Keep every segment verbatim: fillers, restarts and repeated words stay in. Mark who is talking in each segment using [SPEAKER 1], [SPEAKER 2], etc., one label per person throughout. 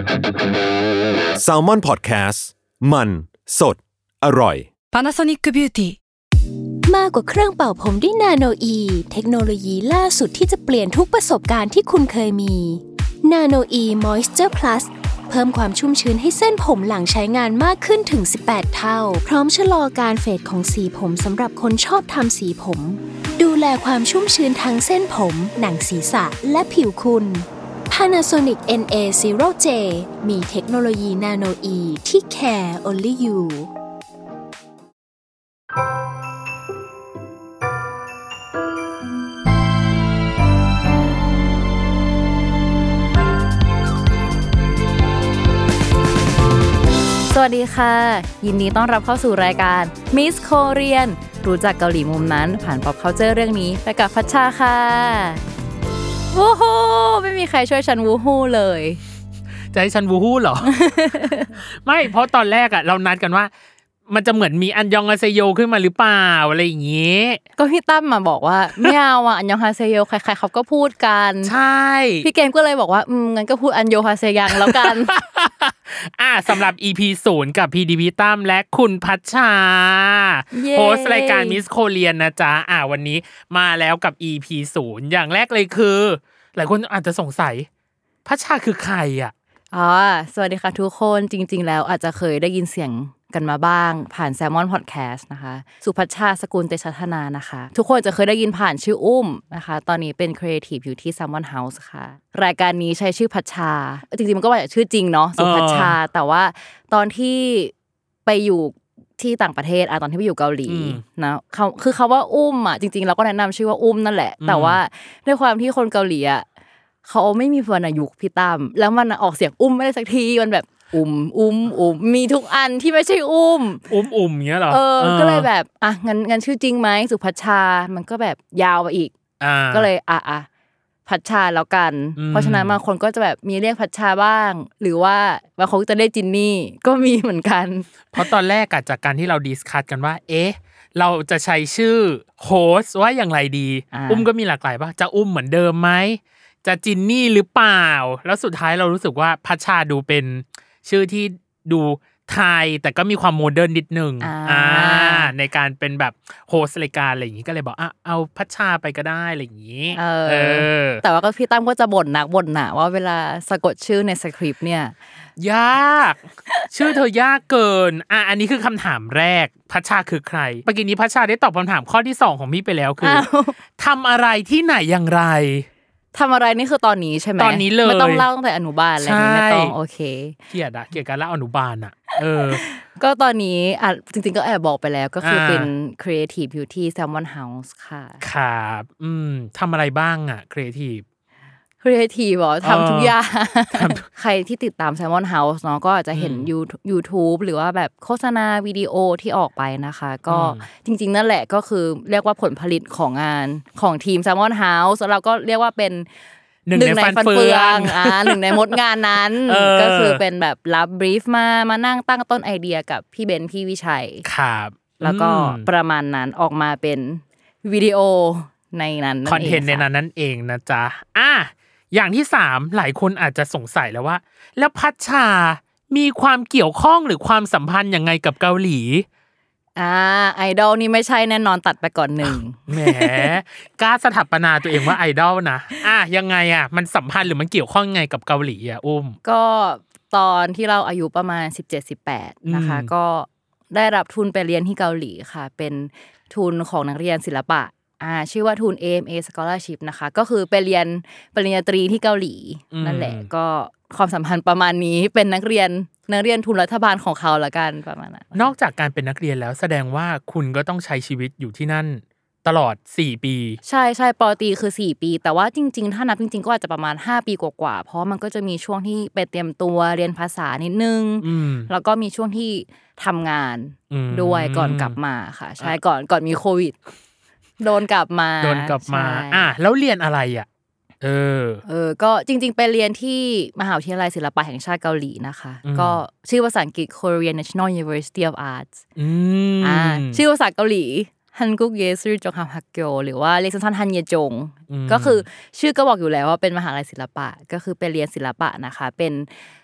[SPEAKER 1] Salmon Podcast มันสดอร่อย
[SPEAKER 2] Panasonic Beauty
[SPEAKER 3] มากกว่าเครื่องเป่าผมด้วยนาโนอีเทคโนโลยีล่าสุดที่จะเปลี่ยนทุกประสบการณ์ที่คุณเคยมีนาโนอีมอยส์เจอร์พลัสเพิ่มความชุ่มชื้นให้เส้นผมหลังใช้งานมากขึ้นถึงสิบแปดเท่าพร้อมชะลอการเฟดของสีผมสำหรับคนชอบทำสีผมดูแลความชุ่มชื้นทั้งเส้นผมหนังศีรษะและผิวคุณ Panasonic เอ็น เอ ศูนย์ เจ มีเทคโนโลยีนาโนอีที่ care only you
[SPEAKER 4] สวัสดีค่ะยินดีต้อนรับเข้าสู่รายการ Miss Korean รู้จักเกาหลีมุมนั้นผ่าน pop culture เรื่องนี้ไปกับพัชชาค่ะวู้ฮู้ไม่มีใครช่วยฉันวู้ฮู้เลย
[SPEAKER 5] จะให้ฉันวู้ฮู้เหรอ ไม่เพราะตอนแรกอ่ะเรานัดกันว่ามันจะเหมือนมีอันยองฮาเซโยขึ้นมาหรือเปล่าอะไรอย่างเงี้ย
[SPEAKER 4] ก็พี่ตั้มมาบอกว่าไม่เอาอ่ะอันยองฮาเซโยใครๆเขาก็พูดกัน
[SPEAKER 5] ใช่
[SPEAKER 4] พี่เกมก็เลยบอกว่าอืมงั้นก็พูดอันโยฮาเซยังแล้วกัน
[SPEAKER 5] อ่ะสำหรับ อี พี ศูนย์กับพีดีพี่ตั้มและคุณพัชชาโฮสต์รายการ Miss Korean นะจ๊ะอ่ะวันนี้มาแล้วกับ อี พี ศูนย์อย่างแรกเลยคือหลายคนอาจจะสงสัยพัชชาคือใครอ่ะ
[SPEAKER 4] อ๋อสวัสดีค่ะทุกคนจริงๆแล้วอาจจะเคยได้ยินเสียงกันมาบ้างผ่าน Salmon Podcast นะคะสุพัชชาสกุลเตชะธนานะคะทุกคนจะเคยได้ยินผ่านชื่ออุ้มนะคะตอนนี้เป็น Creative อยู่ที่ Salmon House ค่ะรายการนี้ใช้ชื่อพัชชาจริงๆมันก็มาจากชื่อจริงเนาะสุพัชชาแต่ว่าตอนที่ไปอยู่ที่ต่างประเทศอ่ะตอนที่ไปอยู่เกาหลีนะเขาคือเขาว่าอุ้มอ่ะจริงๆเราก็แนะนำชื่อว่าอุ้มนั่นแหละแต่ว่าด้วยความที่คนเกาหลีอ่ะเขาไม่มีวรรณยุกต์พี่ตั้มแล้วมันออกเสียงอุ้มไม่ได้สักทีมันแบบอุ้มอุ้มอุ้มมีทุกอันที่ไม่ใช่อุ้ม
[SPEAKER 5] อุ้มอุ้มเงี้ยเหรอ
[SPEAKER 4] เออก็เลยแบบอ่ะงั้นงั้นชื่อจริงไหมสุพัชชามันก็แบบยาวไปอีกก็เลยอ่ะอ่ะพัชชาแล้วกันเพราะฉะนั้นบางคนก็จะแบบมีเรียกพัชชาบ้างหรือว่าบางคนจะเรียกจินนี่ก็มีเหมือนกัน
[SPEAKER 5] เพราะตอนแรกอะจากการที่เราดิสคัสกันว่าเอ๊ะเราจะใช้ชื่อโฮสต์ว่าอย่างไรดีอุ้มก็มีหลากหลายป่ะจะอุ้มเหมือนเดิมไหมจะจินนี่หรือเปล่าแล้วสุดท้ายเรารู้สึกว่าพัชชาดูเป็นชื่อที่ดูไทยแต่ก็มีความโมเดิร์นนิดนึงอ่าในการเป็นแบบโฮสต์รายการอะไรอย่างงี้ก็เลยบอกอ่ะเอาพัชชาไปก็ได้อะไรอย่างงี้
[SPEAKER 4] เออเออแต่ว่าก็พี่ตั้มก็จะบ่นหนักบ่นหนาว่าเวลาสะกดชื่อในสคริปต์เนี่ย
[SPEAKER 5] ยากชื่อเธอยากเกินอ่ะอันนี้คือคำถามแรกพัชชาคือใครเมื่อกี้นี้พัชชาได้ตอบคำถามข้อที่สองของพี่ไปแล้วคือทำอะไรที่ไหนอย่างไร
[SPEAKER 4] ทำอะไรนี่คือตอนนี้ใช่ไหม
[SPEAKER 5] ตอนนี้เลย
[SPEAKER 4] ไม่ต้องเล่าตั้งแต่อนุบาลอะไรนี้ไม่ต้องโอเค
[SPEAKER 5] เกลียดอะเกลียดการเล่าอนุบาลอะเออ
[SPEAKER 4] ก็ตอนนี้อ่ะจริงๆก็แอบบอกไปแล้วก็คือเป็น Creative อยู่ที่ Salmon House ค่ะ
[SPEAKER 5] ครับอืมทำอะไรบ้างอะ Creative
[SPEAKER 4] Creative เหรอทำทุกอย่างใครที่ติดตาม Salmon House เนาะก็อาจจะเห็น YouTube หรือว่าแบบโฆษณาวิดีโอที่ออกไปนะคะก็จริงๆนั่นแหละก็คือเรียกว่าผลผลิตของงานของทีม Salmon House แล้วเราก็เรียกว่าเป็น
[SPEAKER 5] หนึ่งในฟันเฟือง
[SPEAKER 4] อ่าหนึ่งในมดงานนั้นก็คือเป็นแบบรับบรีฟมามานั่งตั้งต้นไอเดียกับพี่เบนพี่วิชัย
[SPEAKER 5] ครับ
[SPEAKER 4] แล้วก็ประมาณนั้นออกมาเป็นวิดีโอในนั้น
[SPEAKER 5] คอนเทนต์ในนั้นนั่นเองนะจ๊ะอ่ะอย่างที่สามหลายคนอาจจะสงสัยแล้วว่าแล้วพัชชามีความเกี่ยวข้องหรือความสัมพันธ์ยังไงกับเกาหลี
[SPEAKER 4] อ่าไอดอลนี่ไม่ใช่แน่นอนตัดไปก่อนหนึ่ง
[SPEAKER 5] แหมกล้าสถาปนาตัวเองว่าไอดอลนะอ่ะยังไงอ่ะมันสัมพันธ์หรือมันเกี่ยวข้องยังไงกับเกาหลีอ่ะอุ้ม
[SPEAKER 4] ก็ตอนที่เราอายุประมาณ สิบเจ็ด สิบแปด นะคะก็ได้รับทุนไปเรียนที่เกาหลีค่ะเป็นทุนของนักเรียนศิลปะอ่าชื่อว่าทุน เอ เอ็ม เอ Scholarship นะคะก็คือไปเรียนปริญญาตรีที่เกาหลีนั่นแหละก็ความสัมพันธ์ประมาณนี้เป็นนักเรียนนักเรียนทุนรัฐบาลของเขาละกันประมาณนั้น
[SPEAKER 5] นอกจากการเป็นนักเรียนแล้วแสดงว่าคุณก็ต้องใช้ชีวิตอยู่ที่นั่นตลอดสี่ปี
[SPEAKER 4] ใช่ๆปอตรีคือสี่ปีแต่ว่าจริงๆถ้านับจริงๆก็อาจจะประมาณห้าปีกว่าๆเพราะมันก็จะมีช่วงที่ไปเตรียมตัวเรียนภาษานิดนึงแล้วก็มีช่วงที่ทำงานด้วยก่อนกลับมาค่ะใช่ก่อนก่อนมีโควิดโดนกลับมา
[SPEAKER 5] โดนกลับมาอ่ะแล้วเรียนอะไรอ่ะเออ
[SPEAKER 4] เออก็จริงๆไปเรียนที่มหาวิทยาลัยศิลปะแห่งชาติเกาหลีนะคะก็ชื่อภาษาอังกฤษ Korean National University of Arts อืมอ่าชื่อภาษาเกาหลีฮันกุกเยซึจงฮัมฮักโกหรือว่าเรียกสั้นๆฮันเยจงก็คือชื่อก็บอกอยู่แล้วว่าเป็นมหาวิทยาลัยศิลปะก็คือไปเรียนศิลปะนะคะเป็น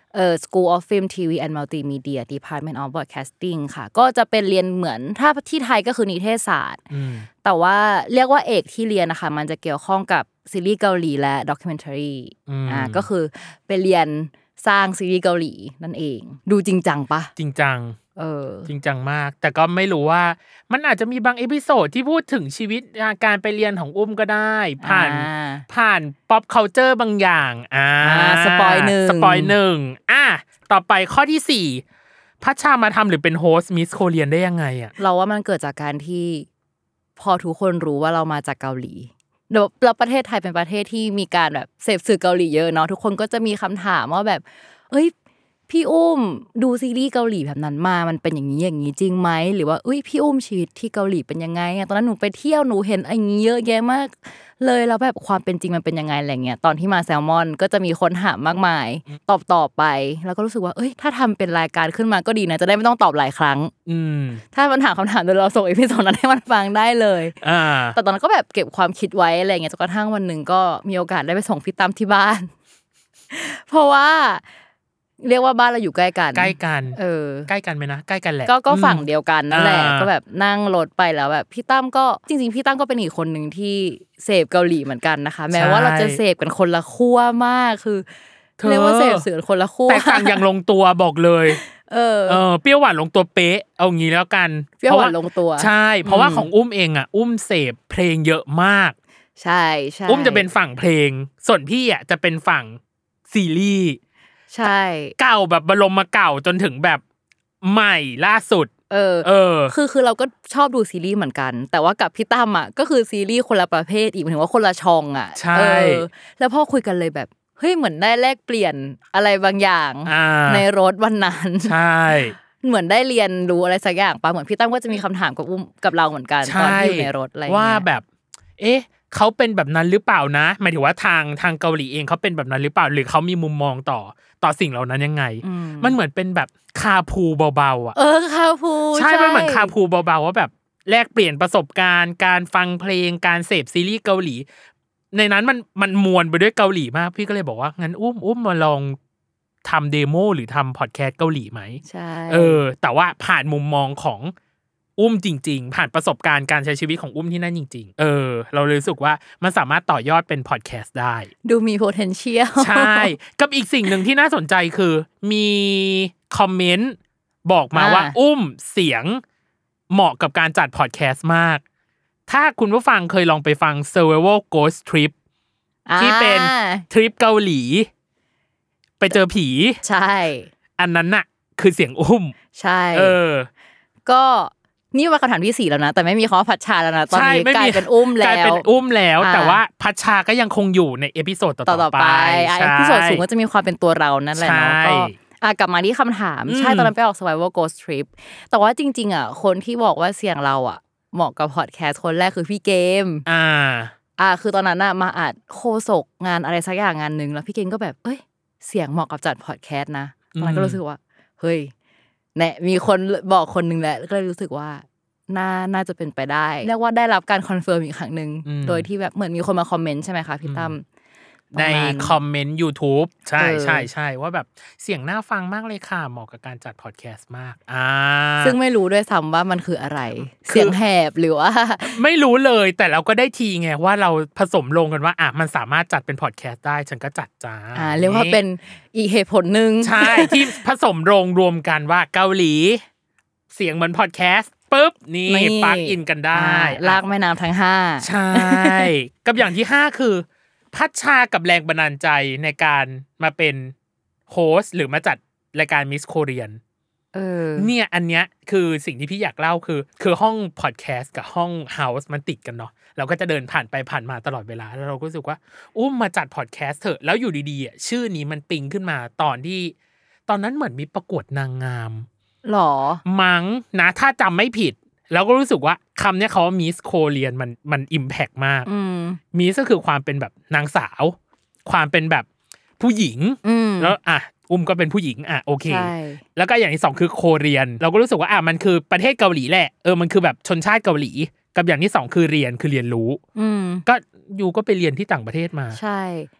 [SPEAKER 4] เอ่อ School of Film ที วี and Multimedia Department of Broadcasting ค่ะก็จะเป็นเรียนเหมือนถ้าที่ไทยก็คือนิเทศศาสตร์แต่ว่าเรียกว่าเอกที่เรียนนะคะมันจะเกี่ยวข้องกับซีรีส์เกาหลีและด็อกิเมนทารีอ่าก็คือไปเรียนสร้างซีรีส์เกาหลีนั่นเองดูจริงจังปะ
[SPEAKER 5] จริงจัง
[SPEAKER 4] เออ
[SPEAKER 5] จริงจังมากแต่ก็ไม่รู้ว่ามันอาจจะมีบางเอพิโซดที่พูดถึงชีวิตการไปเรียนของอุ้มก็ได้ผ่านผ่าน pop culture บางอย่างอ่า
[SPEAKER 4] สปอยหนึ่ง
[SPEAKER 5] สปอยหนึ่งอ่ะต่อไปข้อที่สี่พัชชามาทำหรือเป็นโฮสต์มิสโคเรียนได้ยังไงอ่ะ
[SPEAKER 4] เราว่ามันเกิดจากการที่พอทุกคนรู้ว่าเรามาจากเกาหลีแล้วประเทศไทยเป็นประเทศที่มีการแบบเสพสื่อเกาหลีเยอะเนาะทุกคนก็จะมีคำถามว่าแบบเอ้ยพี่อุ้มดูซีรีส์เกาหลีแบบนั้นมามันเป็นอย่างนี้อย่างนี้จริงไหมหรือว่าเอ้ยพี่อุ้มชีวิตที่เกาหลีเป็นยังไงตอนนั้นหนูไปเที่ยวหนูเห็นอย่างนี้เยอะแยะมากเลยแล้วแบบความเป็นจริงมันเป็นยังไงอะไรเงี้ยตอนที่มาแซลมอนก็จะมีคนถามมากมายตอบต่อไปแล้วก็รู้สึกว่าเอ้ยถ้าทำเป็นรายการขึ้นมาก็ดีนะจะได้ไม่ต้องตอบหลายครั้งถ้ามันถามคำถามเดี๋ยวเราส่งอีพิโซดนั้นให้มันฟังได้เลยแต่ตอนนั้นก็แบบเก็บความคิดไว้อะไรเงี้ยจนกระทั่งวันนึงก็มีโอกาสได้ไปส่งพี่ตั้มที่บ้านเพราะว่าเรียกว่าบ้านเราอยู่ใกล้กัน
[SPEAKER 5] ใกล้กัน
[SPEAKER 4] เออ
[SPEAKER 5] ใกล้กันมั้ยนะใกล้กันแหละ
[SPEAKER 4] ก็ก็ฝั่งเดียวกันนั่นแหละก็แบบนั่งรถไปแล้วแบบพี่ตั้มก็จริงๆพี่ตั้มก็เป็นอีกคนนึงที่เสพเกาหลีเหมือนกันนะคะแม้ว่าเราจะเสพกันคนละขั้วมากคือเรียกว่าเสพสื่อคนละขั้ว
[SPEAKER 5] แต่ต่างอย่างลงตัวบอกเลย
[SPEAKER 4] เออ
[SPEAKER 5] เออเปรี้ยวหวานลงตัวเป๊ะเอางี้แล้วกัน
[SPEAKER 4] เปรี้ยวหวานลงตัว
[SPEAKER 5] ใช่เพราะว่าของอุ้มเองอ่ะอุ้มเสพเพลงเยอะมาก
[SPEAKER 4] ใช่ๆ
[SPEAKER 5] อุ้มจะเป็นฝั่งเพลงส่วนพี่อ่ะจะเป็นฝั่งซีรีส์
[SPEAKER 4] ใช่
[SPEAKER 5] เก่าแบบบรมมาเก่าจนถึงแบบใหม่ล่าสุด
[SPEAKER 4] เออเออคือคือเราก็ชอบดูซีรีส์เหมือนกันแต่ว่ากับพี่ตั้มอ่ะก็คือซีรีส์คนละประเภทอีกหมายถึงว่าคนละช่องอ่ะ
[SPEAKER 5] ใช่
[SPEAKER 4] แล้วพอคุยกันเลยแบบเฮ้ยเหมือนได้แลกเปลี่ยนอะไรบางอย่างในรถวันนั้น
[SPEAKER 5] ใช่
[SPEAKER 4] เหมือนได้เรียนรู้อะไรสักอย่างป่ะเหมือนพี่ตั้มก็จะมีคำถามกับอุ้มกับเราเหมือนกันตอนที่อยู่ในรถอะไร
[SPEAKER 5] ว่าแบบเอ๊ะเขาเป็นแบบนั้นหรือเปล่านะหมายถึงว่าทางทางเกาหลีเองเขาเป็นแบบนั้นหรือเปล่าหรือเขามีมุมมองต่อต่อสิ่งเหล่านั้นยังไงมันเหมือนเป็นแบบคาพูเบาๆอ่ะ
[SPEAKER 4] เออคาพู
[SPEAKER 5] ใช่มันเหมือนคาพูเบาๆว่าแบบแลกเปลี่ยนประสบการณ์การฟังเพลงการเสพซีรีส์เกาหลีในนั้นมันมันมวลไปด้วยเกาหลีมากพี่ก็เลยบอกว่างั้นอุ้มอุ้มมาลองทำเดโมหรือทำพอดแคสต์เกาหลีไหม
[SPEAKER 4] ใช่
[SPEAKER 5] เออแต่ว่าผ่านมุมมองของอุ้มจริงๆผ่านประสบการณ์การใช้ชีวิตของอุ้มที่นั่นจริงๆเออเราเลยรู้สึกว่ามันสามารถต่อยอดเป็นพอดแคสต์ได้
[SPEAKER 4] ดูมี potential
[SPEAKER 5] ใช่กับอีกสิ่งหนึ่งที่น่าสนใจคือมีคอมเมนต์บอกมาว่าอุ้มเสียงเหมาะกับการจัดพอดแคสต์มากถ้าคุณผู้ฟังเคยลองไปฟัง Survival Ghost Trip ที่เป็นทริปเกาหลีไปเจอผี
[SPEAKER 4] ใช่
[SPEAKER 5] อันนั้นน่ะคือเสียงอุ้ม
[SPEAKER 4] ใช่
[SPEAKER 5] เออ
[SPEAKER 4] ก็นี่ว่าคำถามที่สี่แล้วนะแต่ไม่มีคำว่าพัชชาแล้วนะตอนนี้กลายเป็นอุ้มแล้ว
[SPEAKER 5] กลายเป็นอุ้มแล้วแต่ว่าพัชชาก็ยังคงอยู่ในเอพิโซดต่อๆไป
[SPEAKER 4] เอพิโซดสูงก็จะมีความเป็นตัวเรานั่นแหละเนาะก็อ่ะกลับมาที่คำถามใช่ตอนนั้นไปออก Survival Ghost Trip แต่ว่าจริงๆอ่ะคนที่บอกว่าเสียงเราอ่ะเหมาะกับพอดแคสต์คนแรกคือพี่เกม
[SPEAKER 5] อ่า
[SPEAKER 4] อ่าคือตอนนั้นน่ะมาอัดโฆษกงานอะไรสักอย่างงานนึงแล้วพี่เกมก็แบบเอ้ยเสียงเหมาะกับจัดพอดแคสต์นะตอนนั้นก็รู้สึกว่าเฮ้ยแน่มีคนบอกคนนึงแหละก็เลยรู้สึกว่าน่าน่าจะเป็นไปได้เรียกว่าได้รับการคอนเฟิร์มอีกครั้งนึงโดยที่แบบเหมือนมีคนมาคอมเมนต์ใช่มั้ยคะพี่ตั้ม
[SPEAKER 5] ในคอมเมนต์ YouTube ใช่ๆๆว่าแบบเสียงน่าฟังมากเลยค่ะเหมาะกับการจัดพอดแคสต์มากอ่า
[SPEAKER 4] ซึ่งไม่รู้ด้วยซ้ำว่ามันคืออะไรเสียงแหบหรือว่า
[SPEAKER 5] ไม่รู้เลยแต่เราก็ได้ทีไงว่าเราผสมลงกันว่าอ่ะมันสามารถจัดเป็นพอดแคสต์ได้ฉันก็จัดจ้า
[SPEAKER 4] อ่าเรียกว่าเป็นอีกเหตุผลนึง
[SPEAKER 5] ใช่ที่ผสมลงรวมกันว่าเกาหลีเสียงเหมือนพอดแคสต์ปึ๊บนี่ปลั๊กอินกันได้
[SPEAKER 4] ลากแม่น้ำทั้งห้า
[SPEAKER 5] ใช่กับอย่างที่ห้าคือพัชชากับแรงบันดาลใจในการมาเป็นโฮสต์หรือมาจัดรายการ Miss Korean
[SPEAKER 4] เออ
[SPEAKER 5] เนี่ยอันเนี้ยคือสิ่งที่พี่อยากเล่าคือคือห้องพอดแคสต์กับห้องเฮาส์มันติดกันเนาะเราก็จะเดินผ่านไปผ่านมาตลอดเวลาแล้วเราก็รู้สึกว่าอุ้มมาจัดพอดแคสต์เถอะแล้วอยู่ดีๆอ่ะชื่อนี้มันปิ๊งขึ้นมาตอนที่ตอนนั้นเหมือนมีประกวดนางงาม
[SPEAKER 4] หรอ
[SPEAKER 5] มั้งนะถ้าจำไม่ผิดแล้วก็รู้สึกว่าคำนี้เขาว่า Miss Korean มันมันอิมแพคมาก Miss ก็คือความเป็นแบบนางสาวความเป็นแบบผู้หญิงแล้วอ่ะอุ้มก็เป็นผู้หญิงอ่ะโอเคแล้วก็อย่างที่สองคือโคเรียนเราก็รู้สึกว่าอ่ะมันคือประเทศเกาหลีแหละเออมันคือแบบชนชาติเกาหลีกับอย่างที่สองคือเรียนคือเรียนรู้ก็อยู่ก็ไปเรียนที่ต่างประเทศมา
[SPEAKER 4] ใช่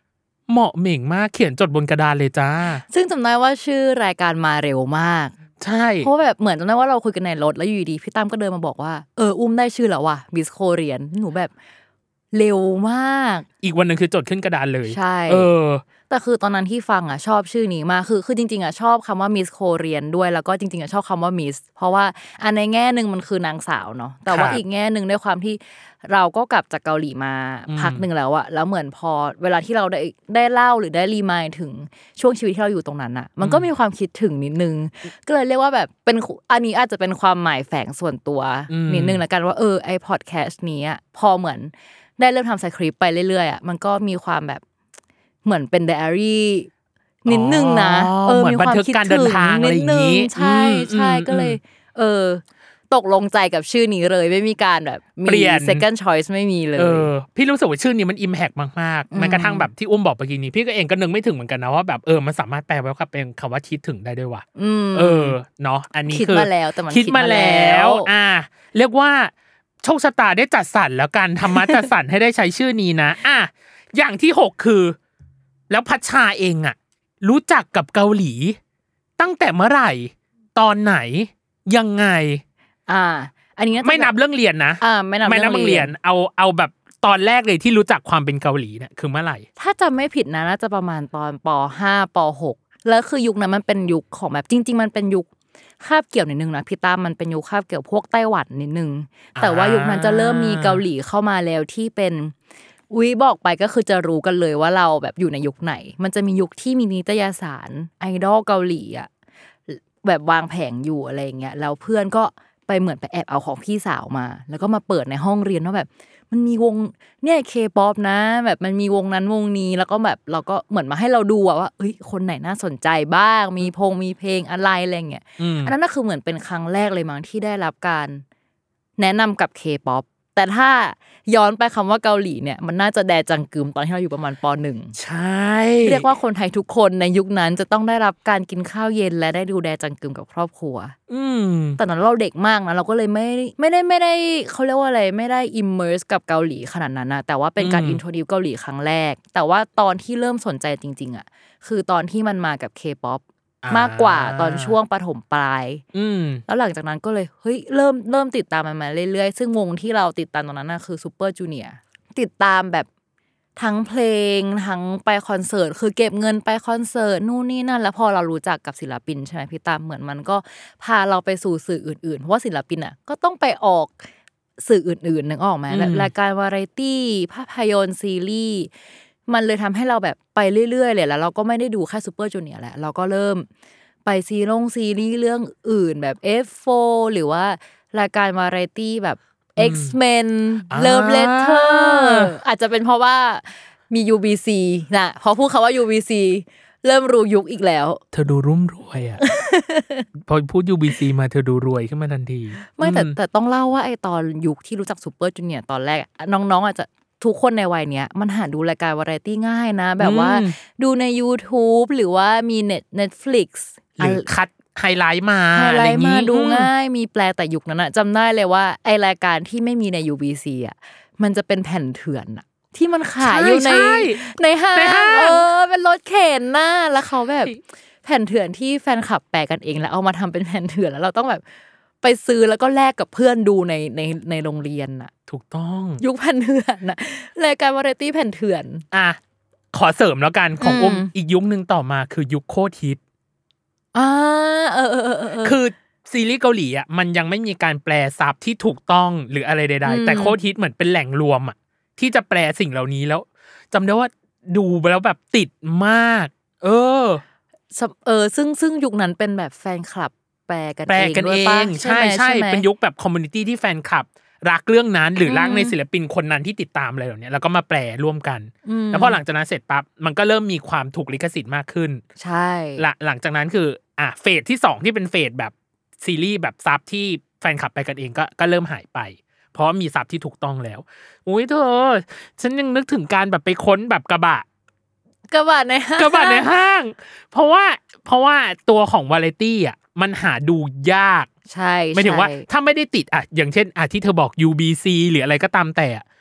[SPEAKER 5] เหมาะเหม่งมากเขียนจดบนกระดานเลยจ้า
[SPEAKER 4] ซึ่งจำได้ว่าชื่อรายการมาเร็วมาก
[SPEAKER 5] ใช่
[SPEAKER 4] เพราะแบบเหมือนจำได้ว่าเราคุยกันในรถแล้วอยู่ดีพี่ตั้มก็เดินมาบอกว่าเอออุ้มได้ชื่อแล้วว่ะมิสโคเรียนหนูแบบเร็วมาก
[SPEAKER 5] อีกวันนึงคือจดขึ้นกระดานเลย
[SPEAKER 4] ใช่
[SPEAKER 5] เออ
[SPEAKER 4] แต่คือตอนนั้นที่ฟังอ่ะชอบชื่อนี้มากคือคือจริงๆอ่ะชอบคำว่ามิสโคเรียนด้วยแล้วก็จริงๆอ่ะชอบคำว่ามิสเพราะว่าอันในแง่นึงมันคือนางสาวเนาะแต่ว่าอีกแง่นึงด้วยความที่เราก็กลับจากเกาหลีมาพักนึงแล้วอะแล้วเหมือนพอเวลาที่เราได้ได้เล่าหรือได้รีมายด์ถึงช่วงชีวิตที่เราอยู่ตรงนั้นอะมันก็มีความคิดถึงนิดนึงก็เลยเรียกว่าแบบเป็นอันนี้อาจจะเป็นความหมายแฝงส่วนตัวนิดนึงละกันว่าเออไอพอดแคสต์นี้พอเหมือนได้เริ่มทำสคริปต์ไปเรื่อยๆอะมันก็มีความแบบเหมือนเป็นไดอารี่นิดนึงนะ
[SPEAKER 5] เออมีความคิดถึงนิดนึง
[SPEAKER 4] ใช่ใช่ก็เลยเออตกลงใจกับชื่อนี้เลยไม่มีการแบบมี second choice ไม่มีเลย
[SPEAKER 5] เออพี่รู้สึกว่าชื่อนี้มัน impact มากๆแม้กระทั่งแบบที่อุ้มบอกเมื่อกี้นี้พี่ก็เองก็นึกไม่ถึงเหมือนกันนะว่าแบบเออมันสามารถแปลว่าเป็นคำว่าคิดถึงได้ด้วยว่ะเออเนาะอันนี้คือ
[SPEAKER 4] คิดมาแล้วแต่มัน
[SPEAKER 5] คิดมาแล้วอ่าเรียกว่าโชคชะตาได้จัดสรรแล้วกันธรรมะจัดสรรให้ได้ใช้ชื่อนี้นะอ่ะอย่างที่หกคือแล้วพัชชาเองอ่ะรู้จักกับเกาหลีตั้งแต่เมื่อไหร่ตอนไหนยังไง
[SPEAKER 4] อ่าอันนี้
[SPEAKER 5] ไม่นับเรื่องเรียนนะ
[SPEAKER 4] อ่าไม่นับ
[SPEAKER 5] ไม่นับเรื่องเรียนเอาเอาแบบตอนแรกเลยที่รู้จักความเป็นเกาหลีเนี่ยคือเมื่อไหร่
[SPEAKER 4] ถ้าจำไม่ผิดนะน่าจะประมาณตอนป.ห้า ป.หกแล้วคือยุคนั้นมันเป็นยุคของแบบจริงๆมันเป็นยุคคาบเกี่ยวนิดนึงนะพี่ตั้มมันเป็นยุคคาบเกี่ยวพวกไต้หวันนิดนึงแต่ว่ายุคนั้นจะเริ่มมีเกาหลีเข้ามาแล้วที่เป็นอุ๊ยบอกไปก็คือจะรู้กันเลยว่าเราแบบอยู่ในยุคไหนมันจะมียุคที่มีนิตยสารไอดอลเกาหลีอ่ะแบบวางแผงอยู่อะไรอย่างเงี้ยแล้วเพื่อนก็ไปเหมือนไปแอบเอาของพี่สาวมาแล้วก็มาเปิดในห้องเรียนว่าแบบมันมีวงเนี่ย K-pop นะแบบมันมีวงนั้นวงนี้แล้วก็แบบเราก็เหมือนมาให้เราดูว่าเอ้ยคนไหนน่าสนใจบ้างมีพงมีเพลงอะไรอะไรเงี้ยอันนั้นน่ะคือเหมือนเป็นครั้งแรกเลยมั้งที่ได้รับการแนะนำกับ K-pop แต่ถ้าย้อนไปคำว่าเกาหลีเนี่ยมันน่าจะแดจังกึมตอนที่เราอยู่ประมาณป.หนึ่ง
[SPEAKER 5] ใช่
[SPEAKER 4] เรียกว่าคนไทยทุกคนในยุคนั้นจะต้องได้รับการกินข้าวเย็นและได้ดูแดจังกึมกับครอบครัว
[SPEAKER 5] อืม
[SPEAKER 4] ตอนนั้นเราเด็กมากนะเราก็เลยไม่ไม่ได้ไม่ได้เขาเรียกว่าอะไรไม่ได้ immerse กับเกาหลีขนาดนั้นนะแต่ว่าเป็นการ introduce เกาหลีครั้งแรกแต่ว่าตอนที่เริ่มสนใจจริงๆอ่ะคือตอนที่มันมากับ K-popมากกว่าตอนช่วงประถมปลายแล้วหลังจากนั้นก็เลยเฮ้ยเริ่มเริ่มติดตามมันมาเรื่อยๆซึ่งวงที่เราติดตามตอนนั้นน่ะคือ Super Junior ติดตามแบบทั้งเพลงทั้งไปคอนเสิร์ตคือเก็บเงินไปคอนเสิร์ตนู่นนี่นั่นแล้วพอเรารู้จักกับศิลปินใช่ไหมพี่ตามเหมือนมันก็พาเราไปสู่สื่ออื่นๆเพราะว่าศิลปินอ่ะก็ต้องไปออกสื่ออื่นๆนึกออกไหมรายการวาไรตี้ภาพยนตร์ซีรีส์มันเลยทำให้เราแบบไปเรื่อยๆเลยแล้วเราก็ไม่ได้ดูแค่ซูเปอร์จูเนียร์แหละเราก็เริ่มไปซีรีส์ซีรีส์เรื่องอื่นแบบ เอฟ โฟร์ หรือว่ารายการวาไรตี้แบบ X-Men Love Letter อาจจะเป็นเพราะว่ามี ยู บี ซี นะพอพูดคำว่า ยู บี ซี เริ่มรู้ยุคอีกแล้ว
[SPEAKER 5] เธอดูรุ่มรวยอ่ะ พอพูด ยู บี ซี มาเธอดูรวยขึ้นมาทันที
[SPEAKER 4] ไม่แต่แต่ต้องเล่าว่าไอ้ตอนยุคที่รู้จักซูเปอร์จูเนียร์ตอนแรกน้องๆอาจจะทุกคนในวัยเนี้ยมันหาดูรายการวาไรตี้ง่ายนะแบบว่าดูใน YouTube หรือว่ามี Net Netflix
[SPEAKER 5] หรือคัดไฮไลท์มา
[SPEAKER 4] ไฮไลท์มาดูง่ายมีแปลแต่ยุคนั้นน่ะจำได้เลยว่าไอรายการที่ไม่มีใน ยู บี ซี อ่ะมันจะเป็นแผ่นเถื่อนอ่ะที่มันขายอยู่ในในห้างเออเป็นรถเข็นน่ะแล้วเขาแบบแผ่นเถื่อนที่แฟนคลับแปลกันเองแล้วเอามาทำเป็นแผ่นเถื่อนแล้วเราต้องแบบไปซื้อแล้วก็แลกกับเพื่อนดูในในในโรงเรียนน่ะ
[SPEAKER 5] ถูกต้อง
[SPEAKER 4] ยุคแผ่นเถื่อนน่ะรายการวาไรตี้แผ่นเถื่อน
[SPEAKER 5] อ่ะขอเสริมแล้วกันของอุ้มอีกยุคนึงต่อมาคือยุคโคตรฮิต
[SPEAKER 4] อ่าเออๆๆ
[SPEAKER 5] คือซีรีส์เกาหลีอ่ะมันยังไม่มีการแปลซับที่ถูกต้องหรืออะไรใดๆแต่โคตรฮิตเหมือนเป็นแหล่งรวมอ่ะที่จะแปลสิ่งเหล่านี้แล้วจำได้ว่าดูไปแล้วแบบติดมากเออ
[SPEAKER 4] เออซึ่งซึ่งยุคนั้นเป็นแบบแฟนคลับแปลกันเองด้วยป่ะ
[SPEAKER 5] ใช่ใช่เป็นยุคแบบคอมมูนิตี้ที่แฟนคลับรักเรื่องนั้นหรือรักในศิลปินคนนั้นที่ติดตามอะไรแบบนี้แล้วก็มาแปลร่วมกันแล้วพอหลังจากนั้นเสร็จปั๊บมันก็เริ่มมีความถูกลิขสิทธิ์มากขึ้น
[SPEAKER 4] ใช่
[SPEAKER 5] หลังจากนั้นคืออ่ะเฟสที่สองที่เป็นเฟสแบบซีรีส์แบบซับที่แฟนคลับไปกันเองก็ก็เริ่มหายไปเพราะมีซับที่ถูกต้องแล้วอุ้ยเธอฉันยังนึกถึงการแบบไปค้นแบบกระบะ
[SPEAKER 4] กระบะในห้าง
[SPEAKER 5] กระบะในห้างเพราะว่าเพราะว่าตัวของวาไรตี้อ่ะมันหาดูยาก
[SPEAKER 4] ใช่
[SPEAKER 5] หมายถึงว่าถ้าไม่ได้ติดอ่ะอย่างเช่นอ่ะที่เธอบอก ยู บี ซี หรืออะไรก็ตามแต่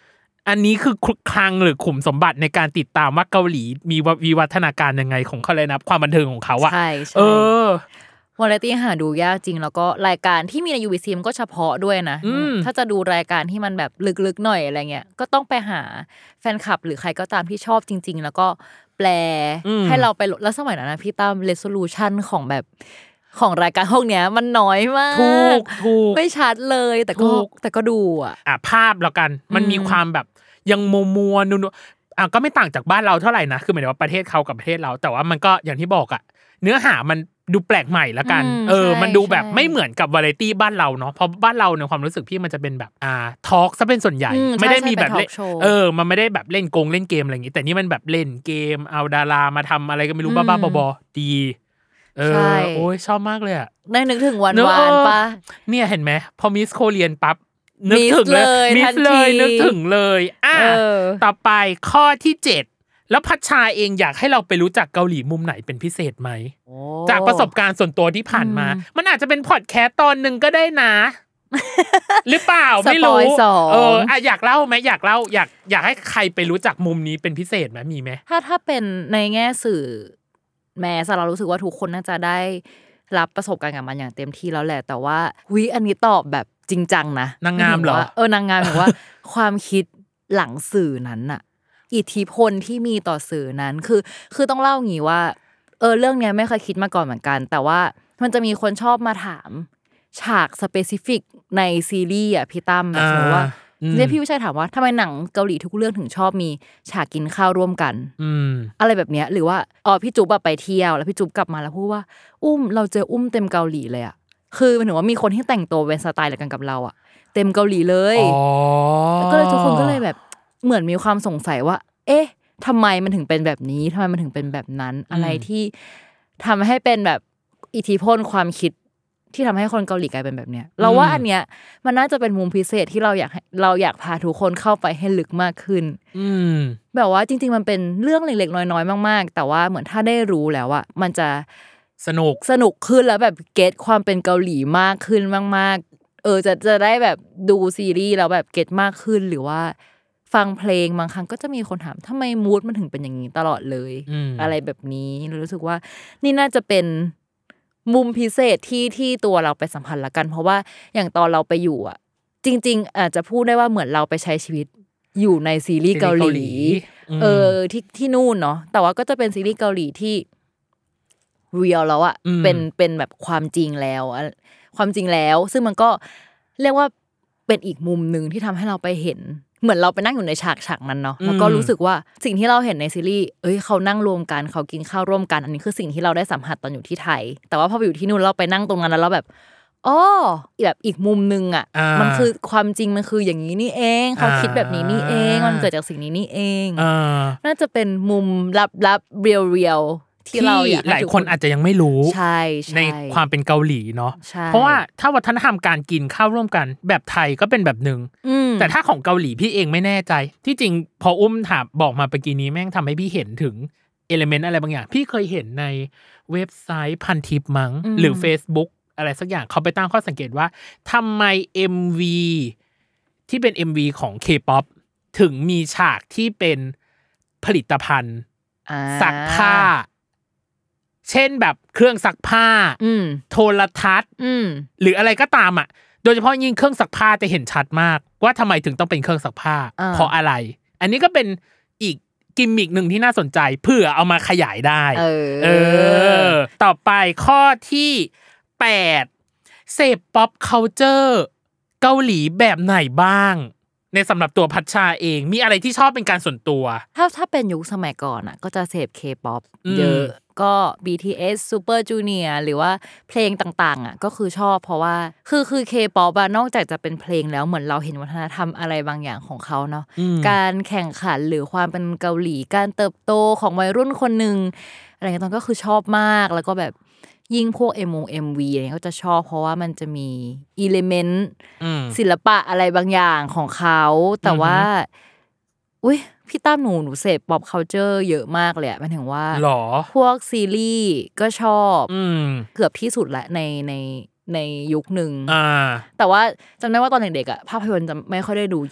[SPEAKER 5] อันนี้คือคลังหรือขุมสมบัติในการติดตามว่าเกาหลีมีวิวัฒนาการยังไงของเขาเลยนะความบันเทิงของเขาอ่ะ
[SPEAKER 4] ใช่
[SPEAKER 5] เออ
[SPEAKER 4] วาไรตี้หาดูยากจริงแล้วก็รายการที่มีใน ยู บี ซี มันก็เฉพาะด้วยนะถ้าจะดูรายการที่มันแบบลึกๆหน่อยอะไรเงี้ยก็ต้องไปหาแฟนคลับหรือใครก็ตามที่ชอบจริงๆแล้วก็แปลให้เราไปแล้วสมัยนั้นนะพี่ตั้ม resolution ของแบบของรายการพวกเนี้ยมันน้อยมาก
[SPEAKER 5] ถูกถูก
[SPEAKER 4] ไม่ชัดเลยแต่ก็แต่ก็ดูอ่ะ
[SPEAKER 5] อ่ะภาพแล้วกันมันมีความแบบยังมัวๆนุ่นๆอ่ะก็ไม่ต่างจากบ้านเราเท่าไหร่นะคือหมายถึงว่าประเทศเขากับประเทศเราแต่ว่ามันก็อย่างที่บอกอ่ะเนื้อหามันดูแปลกใหม่ละกันเออมันดูแบบไม่เหมือนกับวาไรตี้บ้านเราเนาะเพราะบ้านเราในความรู้สึกพี่มันจะเป็นแบบอ่าทอล์กซะเป็นส่วนใหญ่ไม่ได้มีแบบเออมันไม่ได้แบบเล่นกงเล่นเกมอะไรอย่างงี้แต่นี่มันแบบเล่นเกมเอาดารามาทำอะไรก็ไม่รู้บ้าๆบอๆดีเออโอ้ยชอบมากเลยอ่ะ
[SPEAKER 4] ได้นึกถึงวันวานปะ
[SPEAKER 5] เนี่ยเห็นไหมพอมิสโคเรียนปั๊บนึกถึงเลยมิสเลยนึกถึงเลยอ่ะต่อไปข้อที่เจ็ดแล้วพัชชาเองอยากให้เราไปรู้จักเกาหลีมุมไหนเป็นพิเศษไหมจากประสบการณ์ส่วนตัวที่ผ่านมามันอาจจะเป็นพอดแคสต์ตอนนึงก็ได้นะหรือเปล่าไม่รู้เอออ่ะอยากเล่าไหมอยากเล่าอยากอยากให้ใครไปรู้จักมุมนี้เป็นพิเศษไหมมีไหม
[SPEAKER 4] ถ้าถ้าเป็นในแง่สื่อแม้เรารู้สึกว่าทุกคนน่าจะได้รับประสบการณ์กับมันอย่างเต็มที่แล้วแหละแต่ว่าวิอันนี้ตอบแบบจริงจังนะ
[SPEAKER 5] นางงามเหรอ
[SPEAKER 4] เออนางงามบอกว่าความคิดหลังสื่อนั้นน่ะอิทธิพลที่มีต่อสื่อนั้นคือคือต้องเล่างี้ว่าเออเรื่องเนี้ยไม่เคยคิดมาก่อนเหมือนกันแต่ว่ามันจะมีคนชอบมาถามฉากสเปซิฟิกในซีรีส์อ่ะพี่ตั้มแบบสมมติว่าเนี่ยพี่วิชัยถามว่าทำไมหนังเกาหลีทุกเรื่องถึงชอบมีฉากกินข้าวร่วมกันอะไรแบบเนี้ยหรือว่าอ๋อพี่จุ๊บไปเที่ยวแล้วพี่จุ๊บกลับมาแล้วพูดว่าอุ้มเราเจออุ้มเต็มเกาหลีเลยอ่ะคือหมายถึงว่ามีคนที่แต่งตัวเป็นสไตล์เดียวกันกับเราอ่ะเต็มเกาหลีเลยก็เลยทุกคนก็เลยแบบเหมือนมีความสงสัยว่าเอ๊ะทำไมมันถึงเป็นแบบนี้ทำไมมันถึงเป็นแบบนั้นอะไรที่ทำให้เป็นแบบอิทธิพลความคิดที่ทำให้คนเกาหลีกลายเป็นแบบเนี้ยเราว่าอันเนี้ยมันน่าจะเป็นมุมพิเศษที่เราอยากเราอยากพาทุกคนเข้าไปให้ลึกมากขึ้นแบบว่าจริงๆมันเป็นเรื่องเล็กๆน้อยๆมากๆแต่ว่าเหมือนถ้าได้รู้แล้วอะมันจะ
[SPEAKER 5] สนุก
[SPEAKER 4] สนุกขึ้นแล้วแบบเก็ทความเป็นเกาหลีมากขึ้นมากๆเออจะจะได้แบบดูซีรีส์แล้วแบบเก็ทมากขึ้นหรือว่าฟังเพลงบางครั้งก็จะมีคนถามทำไมมูดมันถึงเป็นอย่างนี้ตลอดเลยอะไรแบบนี้รู้สึกว่านี่น่าจะเป็นมุมพิเศษที่ที่ตัวเราไปสัมผัสละกันเพราะว่าอย่างตอนเราไปอยู่อ่ะจริงๆอาจจะพูดได้ว่าเหมือนเราไปใช้ชีวิตอยู่ในซีรีส์เกาหลีเออที่ที่นู่นเนาะแต่ว่าก็จะเป็นซีรีส์เกาหลีที่เรียลแล้วอ่ะเป็นเป็นแบบความจริงแล้วความจริงแล้วซึ่งมันก็เรียกว่าเป็นอีกมุมนึงที่ทำให้เราไปเห็นเหมือนเราไปนั่งอยู่ในฉากฉากนั้นเนาะแล้วก็รู้สึกว่าสิ่งที่เราเห็นในซีรีส์เอ้ยเขานั่งรวมกันเขากินข้าวร่วมกันอันนี้คือสิ่งที่เราได้สัมผัสตอนอยู่ที่ไทยแต่ว่าพอไปอยู่ที่นู่นเราไปนั่งตรงนั้นแล้วเราแบบอ๋อแบบอีกมุมนึงอ่ะมันคือความจริงมันคืออย่างนี้นี่เองเขาคิดแบบนี้นี่เองมันเกิดจากสิ่งนี้นี่เองน่าจะเป็นมุมลับๆเรียลที่เราอยาก
[SPEAKER 5] หลายคนอาจจะยังไม่รู้
[SPEAKER 4] ใช่
[SPEAKER 5] ในความเป็นเกาหลีเนาะเพราะว่าถ้าวัฒนธรรมการกินข้าวร่วมกันแบบไทยก็เป็นแบบนึงแต่ถ้าของเกาหลีพี่เองไม่แน่ใจที่จริงพออุ้มถามบอกมาเมื่อกี้นี้แม่งทำให้พี่เห็นถึงเอลิเมนต์อะไรบางอย่างพี่เคยเห็นในเว็บไซต์พันทิปมั้งหรือ Facebook อะไรสักอย่างเขาไปตั้งข้อสังเกตว่าทำไม เอ็ม วี ที่เป็น เอ็ม วี ของ K-pop ถึงมีฉากที่เป็นผลิตภัณฑ์ซักผ้าเช่นแบบเครื่องซักผ้าโทรทัศน์หรืออะไรก็ตามอ่ะโดยเฉพาะยิ่งเครื่องซักผ้าจะเห็นชัดมากว่าทำไมถึงต้องเป็นเครื่องซักผ้าเพราะอะไรอันนี้ก็เป็นอีกกิมมิกนึงที่น่าสนใจเพื่อเอามาขยายได้เออเออต่อไปข้อที่แปดเสพป๊อปคัลเจอร์เกาหลีแบบไหนบ้างในสำหรับตัวพัชชาเองมีอะไรที่ชอบเป็นการส่วนตัว
[SPEAKER 4] ถ้าถ้าเป็นยุคสมัยก่อนอ่ะก็จะเสพ K-pop เยอะก็ บี ที เอส Super Junior หรือว่าเพลงต่างๆอ่ะก็คือชอบเพราะว่าคือคือ K-pop อ่ะนอกจากจะเป็นเพลงแล้วเหมือนเราเห็นวัฒนธรรมอะไรบางอย่างของเขาเนาะการแข่งขันหรือความเป็นเกาหลีการเติบโตของวัยรุ่นคนนึงอะไรเงี้ยตอนก็คือชอบมากแล้วก็แบบยิ่งพวก เอ็ม วี เอ็ม วี อะไรเงี้ยก็จะชอบเพราะว่ามันจะมีอิเลเมนต์ศิลปะอะไรบางอย่างของเขาแต่ว่าอุ๊ยพี่ตั้มหนูหนูเสพ pop culture เยอะมากเลยอ่ะหมายถึงว่า
[SPEAKER 5] หรอ
[SPEAKER 4] พวกซีรีส์ก็ชอบเกือบที่สุดละในในในยุคนึงแต่ว่าจำได้ว่าตอนเด็กๆอ่ะภาพยนตร์จะไม่ค่อยได้ดูเยอะพ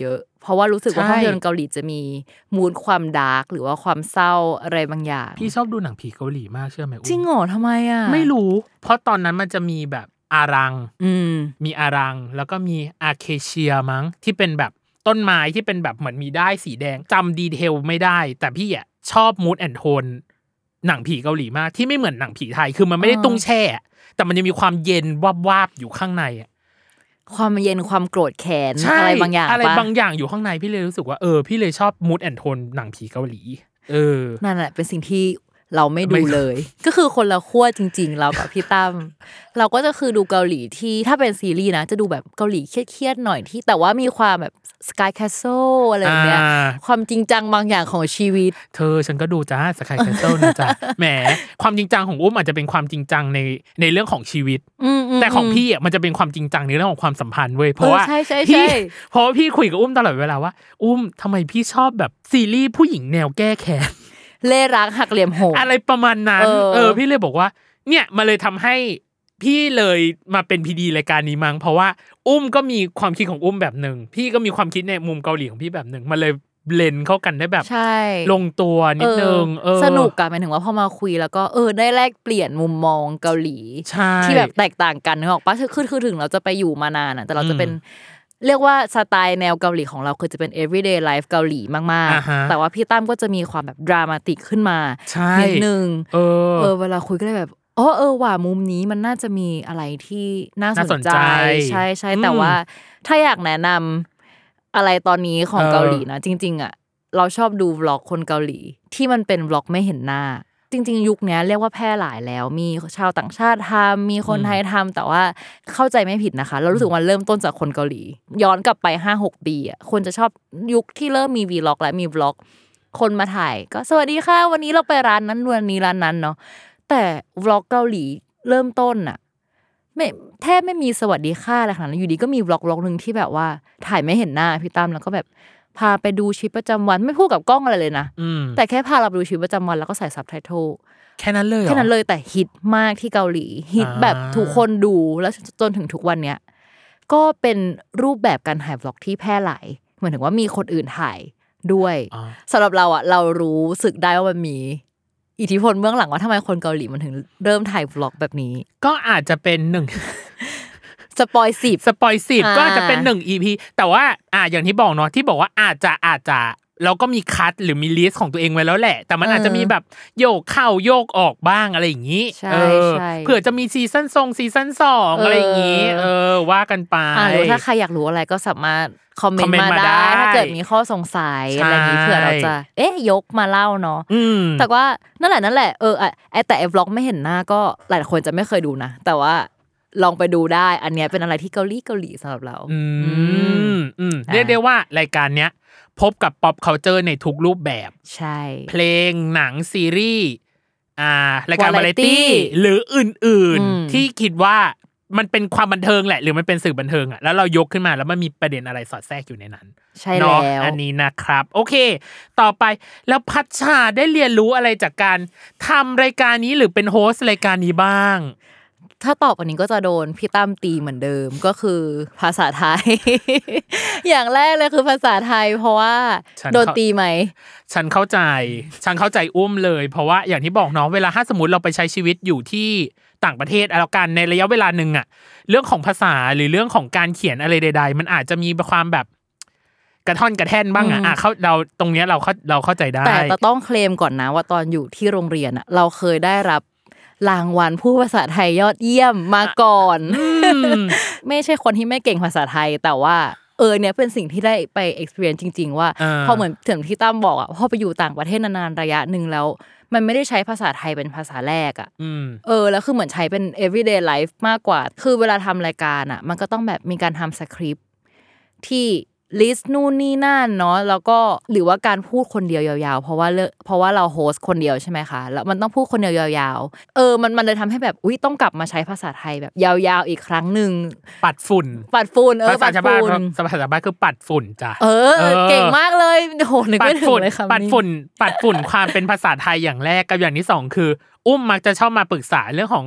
[SPEAKER 4] เพราะว่ารู้สึกว่าภาพยนตร์เกาหลีจะมีมูดความดาร์กหรือว่าความเศร้าอะไรบางอย่าง
[SPEAKER 5] พี่ชอบดูหนังผีเกาหลีมากเชื่อไหม
[SPEAKER 4] จริงเหรอทำไมอ่ะ
[SPEAKER 5] ไม่รู้เพราะตอนนั้นมันจะมีแบบอารัง
[SPEAKER 4] อืม
[SPEAKER 5] มีอารังแล้วก็มีอาเคเชียมั้งที่เป็นแบบต้นไม้ที่เป็นแบบเหมือนมีด้ายสีแดงจำดีเทลไม่ได้แต่พี่อ่ะชอบมูดแอนด์โทนหนังผีเกาหลีมากที่ไม่เหมือนหนังผีไทยคือมันไม่ได้ตุ้งแช่แต่มันยังมีความเย็นวาบๆอยู่ข้างในอ่ะ
[SPEAKER 4] ความเย็นความโกรธแค้นอะไรบางอย่าง
[SPEAKER 5] อะไรบางอย่างอยู่ข้างในพี่เลยรู้สึกว่าเออพี่เลยชอบมูดแอนด์โทนหนังผีเกาหลีเออ
[SPEAKER 4] นั่นแหละเป็นสิ่งที่เราไม่ดูเลยก็คือคนละขั้วจริงๆเรากับพี่ตั้มเราก็จะคือดูเกาหลีที่ถ้าเป็นซีรีส์นะจะดูแบบเกาหลีเครียดๆหน่อยที่แต่ว่ามีความแบบ Sky Castle อะไรแบบเนี้ยความจริงจังบางอย่างของชีวิต
[SPEAKER 5] เธอฉันก็ดูจ้า Sky Castle นะจ๊ะแหมความจริงจังของอุ้มอาจจะเป็นความจริงจังในในเรื่องของชีวิตแต่ของพี่อ่ะมันจะเป็นความจริงจังในเรื่องของความสัมพันธ์เว้ยเพราะว่าพี่เพราะว่าพี่คุยกับอุ้มตลอดเวลาว่าอุ้มทำไมพี่ชอบแบบซีรีส์ผู้หญิงแนวแก้แค้น
[SPEAKER 4] เล่รักหักเหลี่ยมโหด
[SPEAKER 5] อะไรประมาณนั้นเออเออพี่เลยบอกว่าเนี่ยมันเลยทำให้พี่เลยมาเป็นพีดีรายการนี้มั้งเพราะว่าอุ้มก็มีความคิดของอุ้มแบบนึงพี่ก็มีความคิดในมุมเกาหลีของพี่แบบนึงมันเลยเบลนด์เข้ากันได้แบบลงตัวนิดนึงเออ
[SPEAKER 4] สนุกอะหมายถึงว่าพอมาคุยแล้วก็เออได้แลกเปลี่ยนมุมมองเกาหลีที่แบบแตกต่างกันนึกออกปะคือคือถึงเราจะไปอยู่มานานอะแต่เราจะเป็นเรียกว่าสไตล์แนวเกาหลีของเราคือจะเป็น everyday life เกาหลีมากๆแต่ว่าพี่ตั้มก็จะมีความแบบดรามาติกขึ้นมานิดนึงเออเออเวลาคุยก็เลยแบบอ๋อเออว่ามุมนี้มันน่าจะมีอะไรที่น่าสนใจใช่ใช่แต่ว่าถ้าอยากแนะนำอะไรตอนนี้ของเกาหลีนะจริงๆอ่ะเราชอบดูวล็อกคนเกาหลีที่มันเป็นวล็อกไม่เห็นหน้าจริงๆยุคนี้เรียกว่าแพร่หลายแล้วมีชาวต่างชาติทำมีคนไทยทำแต่ว่าเข้าใจไม่ผิดนะคะเรารู้สึกว่าเริ่มต้นจากคนเกาหลีย้อนกลับไป ห้าหก ปีอ่ะคนจะชอบยุคที่เริ่มมีวีล็อกและมีวล็อกคนมาถ่ายก็สวัสดีค่ะวันนี้เราไปร้านนั้นวันนี้ร้านนั้นเนาะแต่วล็อกเกาหลีเริ่มต้นน่ะไม่แทบไม่มีสวัสดีค่ะอะไรขนาดนั้นอยู่ดีก็มีวล็อกวล็อกนึงที่แบบว่าถ่ายไม่เห็นหน้าพี่ตั้มแล้วก็แบบพาไปดูชีวิตประจำวันไม่พูดกับกล้องอะไรเลยนะแต่แค่พาเราไปดูชีวิตประจำวันแล้วก็ใส่ซับไตเติล
[SPEAKER 5] แค่นั้นเลยเหรอ
[SPEAKER 4] แค่นั้นเลยแต่ฮิตมากที่เกาหลีฮิตแบบทุกคนดูแล้วจนถึงทุกวันเนี้ยก็เป็นรูปแบบการถ่ายวล็อกที่แพร่หลายเหมือนถึงว่ามีคนอื่นถ่ายด้วยสำหรับเราอ่ะเรารู้สึกได้ว่ามันมีอิทธิพลเบื้องหลังว่าทำไมคนเกาหลีมันถึงเริ่มถ่ายวล็อกแบบนี้
[SPEAKER 5] ก็อาจจะเป็นหนึ่ง
[SPEAKER 4] สปอยสิบ
[SPEAKER 5] สปอยสิบก็อาจจะเป็นหนึ่ง อี พี แต่ว่าอ่ะอย่างที่บอกเนาะที่บอกว่าอาจจะอาจจะเราก็มีคัทหรือมีลิสต์ของตัวเองไว้แล้วแหละแต่มันอาจจะมีแบบโยกเข้าโยกออกบ้างอะไรอย่างงี้เออเผื่อจะมีซีซั่นสองซีซั่นสองอะไรอย่างงี้เออว่ากันไป
[SPEAKER 4] อ่ะหรือถ้าใครอยากรู้อะไรก็สามารถคอมเมนต์มาได้ถ้าเกิดมีข้อสงสัยอะไรอย่างงี้เผื่อเราจะเอ๊ะยกมาเล่าเนาะแต่ว่านั่นแหละนั่นแหละเออไอ้แต่ไอ้ vlog ไม่เห็นหน้าก็หลายคนจะไม่เคยดูนะแต่ว่าลองไปดูได้อันเนี้ยเป็นอะไรที่เกาหลีเกาหลีสำหรับเรา
[SPEAKER 5] อืมอืมเรียกได้ว่ารายการเนี้ยพบกับ pop culture ในทุกรูปแบบ
[SPEAKER 4] ใช่
[SPEAKER 5] เพลงหนังซีรีส์อ่ารายการวาไรตี้หรืออื่นๆที่คิดว่ามันเป็นความบันเทิงแหละหรือมันเป็นสื่อบันเทิงอ่ะแล้วเรายกขึ้นมาแล้วมันมีประเด็นอะไรสอดแทรกอยู่ในนั้น
[SPEAKER 4] ใช่แล้ว
[SPEAKER 5] อันนี้นะครับโอเคต่อไปแล้วพัชชาได้เรียนรู้อะไรจากการทำรายการนี้หรือเป็นโฮสต์รายการนี้บ้าง
[SPEAKER 4] ถ้าตอบอันนี้ก็จะโดนพี่ตั้มตีเหมือนเดิมก็คือภาษาไทย อย่างแรกเลยคือภาษาไทยเพราะว่าโดนตีไหม
[SPEAKER 5] ฉันเข้าใจฉันเข้าใจอุ้มเลยเพราะว่าอย่างที่บอกเนาะเวลาถ้าสมมติเราไปใช้ชีวิตอยู่ที่ต่างประเทศแล้วกันในระยะเวลานึงอะเรื่องของภาษาหรือเรื่องของการเขียนอะไรใดๆมันอาจจะมีความแบบกระท่อนกระแท่นบ้างอ่ะเขาเราตรงเนี้ยเราเราเข้าใจได้
[SPEAKER 4] แต่ต้องเคลมก่อนนะว่าตอนอยู่ที่โรงเรียนอะเราเคยได้รับรางวัลผู้ภาษาไทยยอดเยี่ยมมาก่อนไม่ใช่คนที่ไม่เก่งภาษาไทยแต่ว่าเออเนี่ยเป็นสิ่งที่ได้ไป experience จริงๆว่าพอเหมือนถึงที่ตั้มบอกอ่ะพอไปอยู่ต่างประเทศนานๆระยะนึงแล้วมันไม่ได้ใช้ภาษาไทยเป็นภาษาแรกอ่ะเออแล้วคือเหมือนใช้เป็น everyday life มากกว่าคือเวลาทำรายการอ่ะมันก็ต้องแบบมีการทำสคริปต์ที่ลิสต์นู่นนี่นั่นเนาะแล้วก็หรือว่าการพูดคนเดียวยาวๆเพราะว่าเพราะว่าเราโฮสต์คนเดียวใช่ไหมคะแล้วมันต้องพูดคนเดียวยาวๆเออมันมันเลยทำให้แบบอุ๊ยต้องกลับมาใช้ภาษาไทยแบบยาวๆอีกครั้งนึง
[SPEAKER 5] ปัดฝุ่น
[SPEAKER 4] ปัดฝุ่นเออปัดฝุ่น
[SPEAKER 5] ภาษาบ้านคือปัดฝุ่นจ้ะ
[SPEAKER 4] เออเก่งมากเลยโหนึกไม่ถึงเลยคำนี้
[SPEAKER 5] ปัดฝุ่นปัดฝุ่นความเป็นภาษาไทยอย่างแรกกับอย่างที่สองคืออุ้มมักจะชอบมาปรึกษาเรื่องของ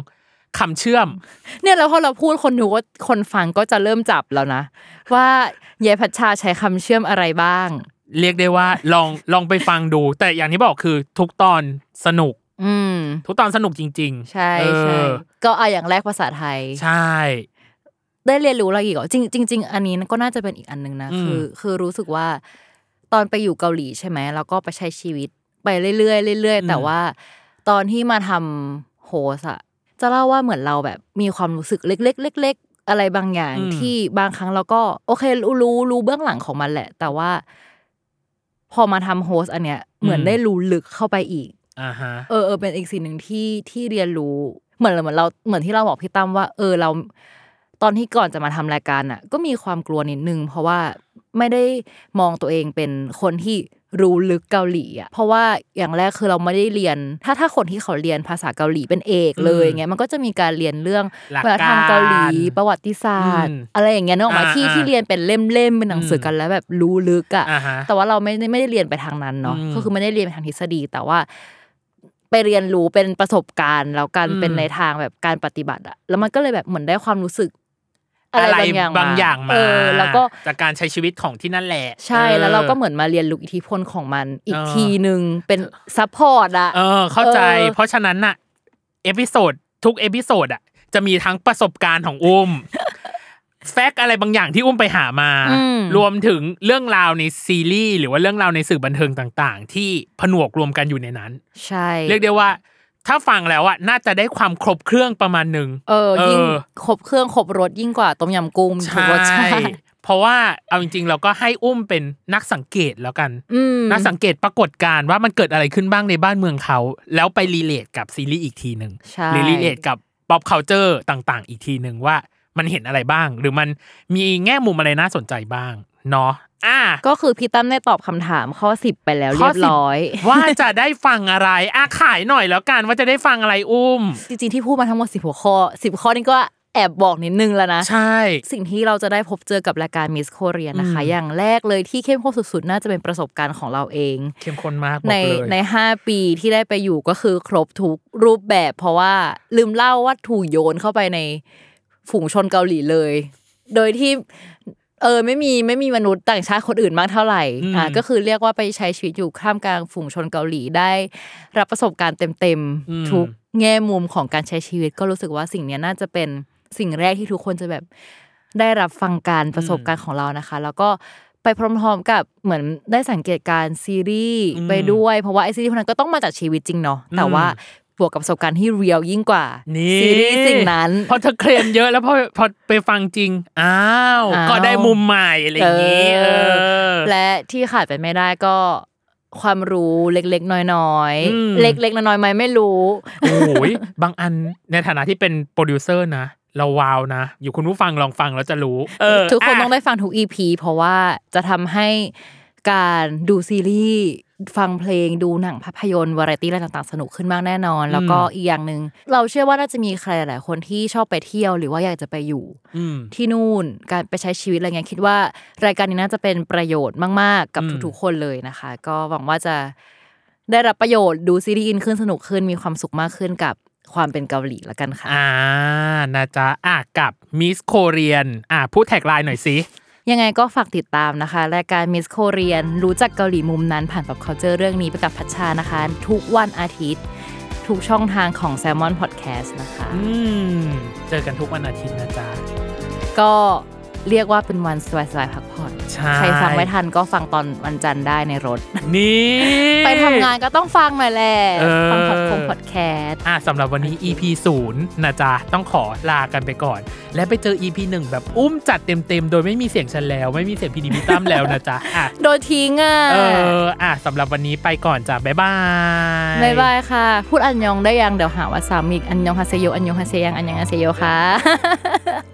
[SPEAKER 5] คำเชื่อม
[SPEAKER 4] เนี่ยแล้วพอเราพูดคนดูก็คนฟังก็จะเริ่มจับแล้วนะว่าเยพัชชาใช้คำเชื่อมอะไรบ้าง
[SPEAKER 5] เรียกได้ว่าลองลองไปฟังดูแต่อย่างที่บอกคือทุกตอนสนุก
[SPEAKER 4] อืม
[SPEAKER 5] ทุกตอนสนุกจริง
[SPEAKER 4] ๆใช่ใช่ก็อ่ะอย่างแรกภาษาไทย
[SPEAKER 5] ใช่
[SPEAKER 4] ได้เรียนรู้อะไรอีกอ่ะจริงจริงอันนี้ก็น่าจะเป็นอีกอันนึงนะคือคือรู้สึกว่าตอนไปอยู่เกาหลีใช่ไหมแล้วก็ไปใช้ชีวิตไปเรื่อยๆเรื่อยๆแต่ว่าตอนที่มาทำโฮสอะจะเล่าว่าเหมือนเราแบบมีความรู้สึกเล็กๆเล็กๆอะไรบางอย่างที่บางครั้งเราก็โอเครู้รู้รู้เบื้องหลังของมันแหละแต่ว่าพอมาทำโฮสอันเนี้ยเหมือนได้รู้ลึกเข้าไปอีก
[SPEAKER 5] อ่าฮะ
[SPEAKER 4] เออเออเป็นอีกสิ่งหนึ่งที่ที่เรียนรู้เหมือนเหมือนเราเหมือนที่เราบอกพี่ตั้มว่าเออเราตอนที่ก่อนจะมาทำรายการอ่ะก็มีความกลัวนิดนึงเพราะว่าไม่ได้มองตัวเองเป็นคนที่รู้ลึกเกาหลีอ่ะเพราะว่าอย่างแรกคือเราไม่ได้เรียนถ้าถ้าคนที่เขาเรียนภาษาเกาหลีเป็นเอกเลยเงี้ยมันก็จะมีการเรียนเรื่องวัฒนธรรมเกาหลีประวัติศาสตร์อะไรอย่างเงี้ยเนาะมาที่ที่เรียนเป็นเล่มๆเป็นหนังสือกันแล้วแบบรู้ลึกอ่ะแต่ว่าเราไม่ไม่ได้เรียนไปทางนั้นเนาะก็คือไม่ได้เรียนไปทางทฤษฎีแต่ว่าไปเรียนรู้เป็นประสบการณ์แล้วกันเป็นในทางแบบการปฏิบัติอ่ะแล้วมันก็เลยแบบเหมือนได้ความรู้สึก
[SPEAKER 5] อะไรบางอย่างบางอย่างมา
[SPEAKER 4] แล้วก็
[SPEAKER 5] จากการใช้ชีวิตของที่นั่นแหละ
[SPEAKER 4] ใช่แล้วเราก็เหมือนมาเรียนรู้อิทธิพลของมันอีกทีนึงเป็นซัพพอร์ตอ่ะ
[SPEAKER 5] เออเข้าใจเพราะฉะนั้นน่ะเอพิโซดทุกเอพิโซดอ่ะจะมีทั้งประสบการณ์ของอุ้มแฟกต์อะไรบางอย่างที่อุ้มไปหามารวมถึงเรื่องราวในซีรีส์หรือว่าเรื่องราวในสื่อบันเทิงต่างๆที่ผนวกรวมกันอยู่ในนั้น
[SPEAKER 4] ใช่
[SPEAKER 5] เรียกได้ว่าถ้าฟังแล้วอ่ะน่าจะได้ความครบเครื่องประมาณนึง
[SPEAKER 4] เออยิ่งครบเครื่องครบรสยิ่งกว่าต้มยำกุ้ง
[SPEAKER 5] ทุกรสชาติเพราะว่าเอาจริงๆเราก็ให้อุ้มเป็นนักสังเกตแล้วกันนักสังเกตปรากฏการณ์ว่ามันเกิดอะไรขึ้นบ้างในบ้านเมืองเขาแล้วไปรีเลทกับซีรีส์อีกทีนึงหรือรีเลทกับ pop culture ต่างๆอีกทีนึงว่ามันเห็นอะไรบ้างหรือมันมีแง่มุมอะไรน่าสนใจบ้างเนาะอ่ะ
[SPEAKER 4] ก็คือพี่ตั้มได้ตอบคำถามข้อสิบไปแล้วเรียบร้อย
[SPEAKER 5] ว่าจะได้ฟังอะไรอ่ะขายหน่อยแล้วกันว่าจะได้ฟังอะไรอุ้ม
[SPEAKER 4] จริงๆที่พูดมาทั้งหมดสิบหัวข้อสิบข้อนี่ก็แอบบอกนิดนึงแล้วนะ
[SPEAKER 5] ใช่
[SPEAKER 4] สิ่งที่เราจะได้พบเจอกับรายการ Miss Korea นะคะอย่างแรกเลยที่เข้มข้นสุดๆน่าจะเป็นประสบการณ์ของเราเอง
[SPEAKER 5] เข้มข้นมากบอก
[SPEAKER 4] เลย ในในห้าปีที่ได้ไปอยู่ก็คือครบทุกรูปแบบเพราะว่าลืมเล่าว่าถูกโยนเข้าไปในฝูงชนเกาหลีเลยโดยที่เออไม่มีไม่มีมนุษย์ต่างชาติคนอื่นมากเท่าไหร่อ่าก็คือเรียกว่าไปใช้ชีวิตอยู่ท่ามกลางฝูงชนเกาหลีได้รับประสบการณ์เต็มๆทุกแง่มุมของการใช้ชีวิตก็รู้สึกว่าสิ่งนี้น่าจะเป็นสิ่งแรกที่ทุกคนจะแบบได้รับฟังการประสบการณ์ของเรานะคะแล้วก็ไปพร้อมๆกับเหมือนได้สังเกตการซีรีส์ไปด้วยเพราะว่าไอซีรีส์พวกนั้นก็ต้องมาจากชีวิตจริงเนาะแต่ว่าบวกกับประสบการณ์ที่เรียลยิ่งกว่าซีรีส์สิ่งนั้น
[SPEAKER 5] พอเธอเคลมเยอะแล้วพอพอไปฟังจริงอ้าวก็ได้มุมใหม่อะไรอย่างนี้เออ
[SPEAKER 4] และที่ขาดไปไม่ได้ก็ความรู้เล็กๆน้อยๆเล็กๆน้อยๆมั้ยไม่รู้
[SPEAKER 5] โอ้ยบางอันในฐานะที่เป็นโปรดิวเซอร์นะเราว้าวนะอยู่คุณผู้ฟังลองฟังแล้วจะรู้
[SPEAKER 4] เออทุกคนต้องได้ฟังทุก อี พี เพราะว่าจะทำให้การดูซีรีส์ฟังเพลงดูหนังภาพยนตร์วาไรตี้อะไรต่างๆสนุกขึ้นมากแน่นอนแล้วก็อีกอย่างนึงเราเชื่อว่าน่าจะมีใครหลายๆคนที่ชอบไปเที่ยวหรือว่าอยากจะไปอยู่ที่นู่นการไปใช้ชีวิตอะไรเงี้ยคิดว่ารายการนี้น่าจะเป็นประโยชน์มากๆกับทุกๆคนเลยนะคะก็หวังว่าจะได้รับประโยชน์ดูซีรีส์อินขึ้นสนุกขึ้นมีความสุขมากขึ้นกับความเป็นเกาหลีละกันค่ะ
[SPEAKER 5] อ่านะจ๊ะอ่ะกับ Miss Korean อ่ะพูดแท็กไลน์หน่อยสิ
[SPEAKER 4] ยังไงก็ฝากติดตามนะคะรายการ Miss Korean รู้จักเกาหลีมุมนั้นผ่าน pop culture เรื่องนี้ไปกับพัชชานะคะทุกวันอาทิตย์ทุกช่องทางของ Salmon Podcast นะคะ
[SPEAKER 5] อืมเจอกันทุกวันอาทิตย์นะจ๊ะ
[SPEAKER 4] ก็เรียกว่าเป็นวันสบายๆพักผ่อนใครฟังไม่ทันก็ฟังตอนวันจันทร์ได้ในรถ
[SPEAKER 5] นี่
[SPEAKER 4] ไปทำงานก็ต้องฟังหน่อยแหละฟังพอดคงพอดแคสต์
[SPEAKER 5] อ่ะสำหรับวันนี้ อี พี ศูนย์นะจ๊ะต้องขอลากันไปก่อนและไปเจอ อี พี หนึ่งแบบอุ้มจัดเต็มๆโดยไม่มีเสียงฉันแล้วไม่มีเสียงพี่ดีพี่ตั้มแล้วนะจ๊ะอ่ะ
[SPEAKER 4] โดยทิ้งอ่ะ
[SPEAKER 5] เอออ่ะสำหรับวันนี้ไปก่อนจ้ะบ๊ายบาย
[SPEAKER 4] บ๊ายบายค่ะพูดอันยองได้ยังเดี๋ยวหาว่าซ้ำอีกอันยองฮาเซโยอันยองฮาเซยังอันยองฮาเซโยค่ะ